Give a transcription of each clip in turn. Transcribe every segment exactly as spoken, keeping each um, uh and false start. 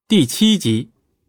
第七集。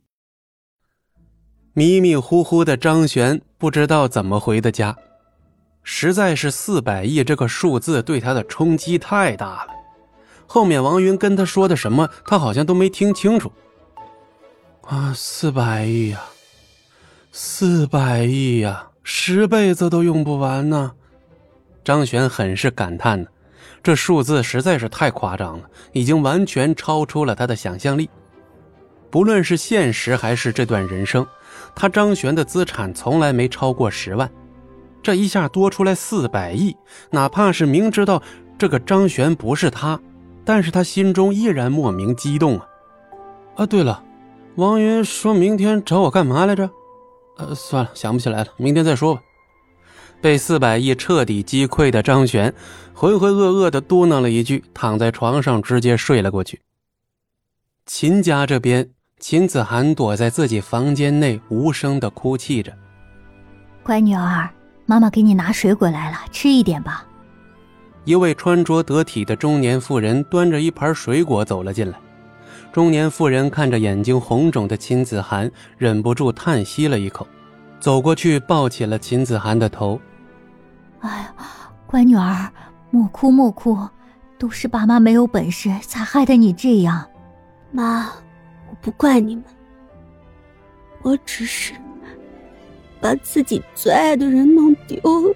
迷迷糊糊的张璇不知道怎么回的家，实在是四百亿这个数字对他的冲击太大了。后面王云跟他说的什么，他好像都没听清楚。啊，四百亿呀，四百亿呀，十辈子都用不完呢。张璇很是感叹呢，这数字实在是太夸张了，已经完全超出了他的想象力。不论是现实还是这段人生，他张璇的资产从来没超过十万，这一下多出来四百亿，哪怕是明知道这个张璇不是他，但是他心中依然莫名激动啊！啊，对了，王云说明天找我干嘛来着？呃，算了，想不起来了，明天再说吧。被四百亿彻底击溃的张璇浑浑噩噩地嘟囔了一句，躺在床上直接睡了过去。秦家这边，秦子涵躲在自己房间内无声地哭泣着。 乖女儿，妈妈给你拿水果来了，吃一点吧。 一位穿着得体的中年妇人端着一盘水果走了进来。中年妇人看着眼睛红肿的秦子涵，忍不住叹息了一口，走过去抱起了秦子涵的头。 哎呀，乖女儿，莫哭莫哭，都是爸妈没有本事才害得你这样。 妈，我不怪你们，我只是把自己最爱的人弄丢了。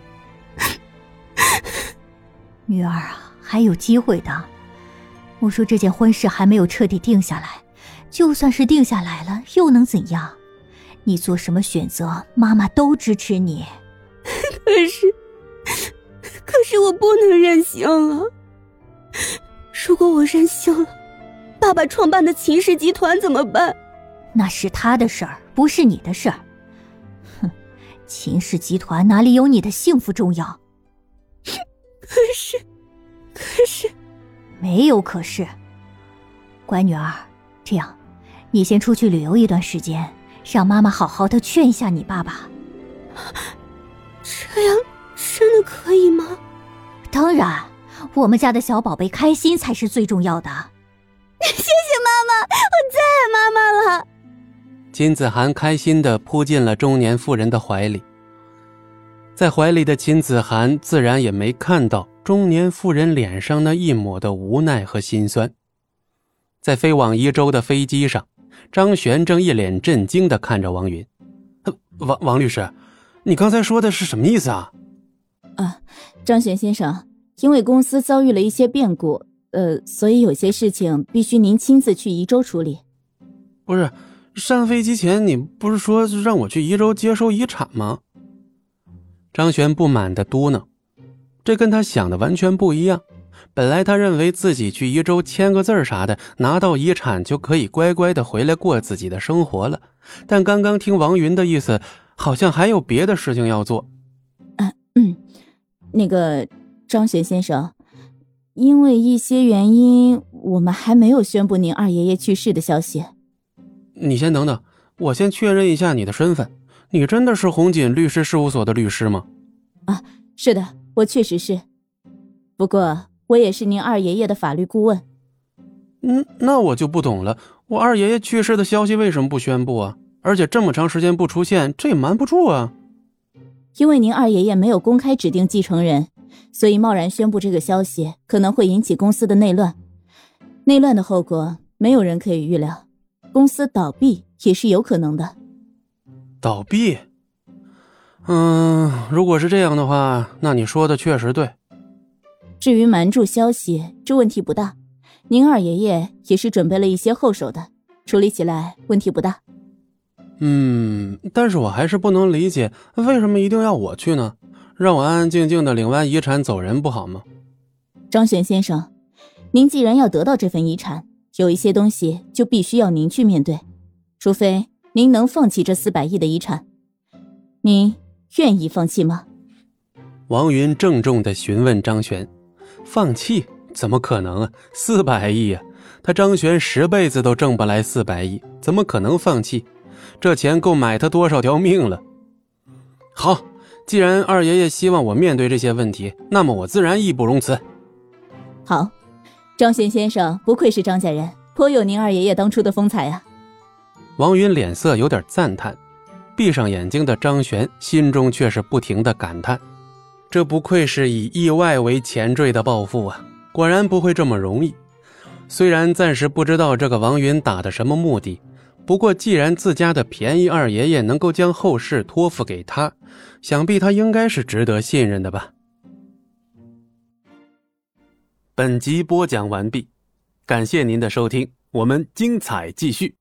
女儿啊，还有机会的。我说这件婚事还没有彻底定下来，就算是定下来了，又能怎样？你做什么选择，妈妈都支持你。 可是，可是我不能任性了。如果我任性了，爸爸创办的秦氏集团怎么办？ 那是他的事儿，不是你的事儿。哼，秦氏集团哪里有你的幸福重要？ 可是，可是， 没有可是。乖女儿，这样，你先出去旅游一段时间，让妈妈好好的劝一下你爸爸。 这样真的可以吗？ 当然，我们家的小宝贝开心才是最重要的。 谢谢妈妈，我再爱妈妈了。 秦子涵开心地扑进了中年妇人的怀里，在怀里的秦子涵自然也没看到中年妇人脸上那一抹的无奈和心酸。在飞往宜州的飞机上，张璇正一脸震惊地看着王云。王王律师，你刚才说的是什么意思啊？ 啊，张璇先生，因为公司遭遇了一些变故，呃，所以有些事情必须您亲自去宜州处理。 不是，上飞机前你不是说让我去宜州接收遗产吗？张璇不满地嘟囔，这跟他想的完全不一样。本来他认为自己去宜州签个字啥的，拿到遗产就可以乖乖地回来过自己的生活了，但刚刚听王云的意思，好像还有别的事情要做。 啊，嗯，那个张璇先生，因为一些原因，我们还没有宣布您二爷爷去世的消息。 你先等等，我先确认一下你的身份。你真的是红锦律师事务所的律师吗？ 啊，是的，我确实是。不过我也是您二爷爷的法律顾问。 嗯，那我就不懂了，我二爷爷去世的消息为什么不宣布啊？而且这么长时间不出现，这也瞒不住啊。 因为您二爷爷没有公开指定继承人，所以贸然宣布这个消息可能会引起公司的内乱。内乱的后果没有人可以预料，公司倒闭也是有可能的。 倒闭？嗯，如果是这样的话，那你说的确实对。 至于瞒住消息，这问题不大。您二爷爷也是准备了一些后手的，处理起来问题不大。 嗯，但是我还是不能理解，为什么一定要我去呢？让我安安静静的领完遗产走人不好吗？ 张璇先生，您既然要得到这份遗产，有一些东西就必须要您去面对，除非您能放弃这四百亿的遗产。您愿意放弃吗？ 王云郑重地询问张璇。放弃？怎么可能啊？四百亿啊！他张璇十辈子都挣不来四百亿，怎么可能放弃？这钱够买他多少条命了。好，既然二爷爷希望我面对这些问题，那么我自然义不容辞。 好，张璇先生不愧是张家人， 颇有您二爷爷当初的风采啊。 王云脸色有点赞叹，闭上眼睛的张璇心中却是不停的感叹，这不愧是以意外为前缀的暴富啊，果然不会这么容易。虽然暂时不知道这个王云打的什么目的，不过既然自家的便宜二爷爷能够将后事托付给他，想必他应该是值得信任的吧。本集播讲完毕，感谢您的收听，我们精彩继续。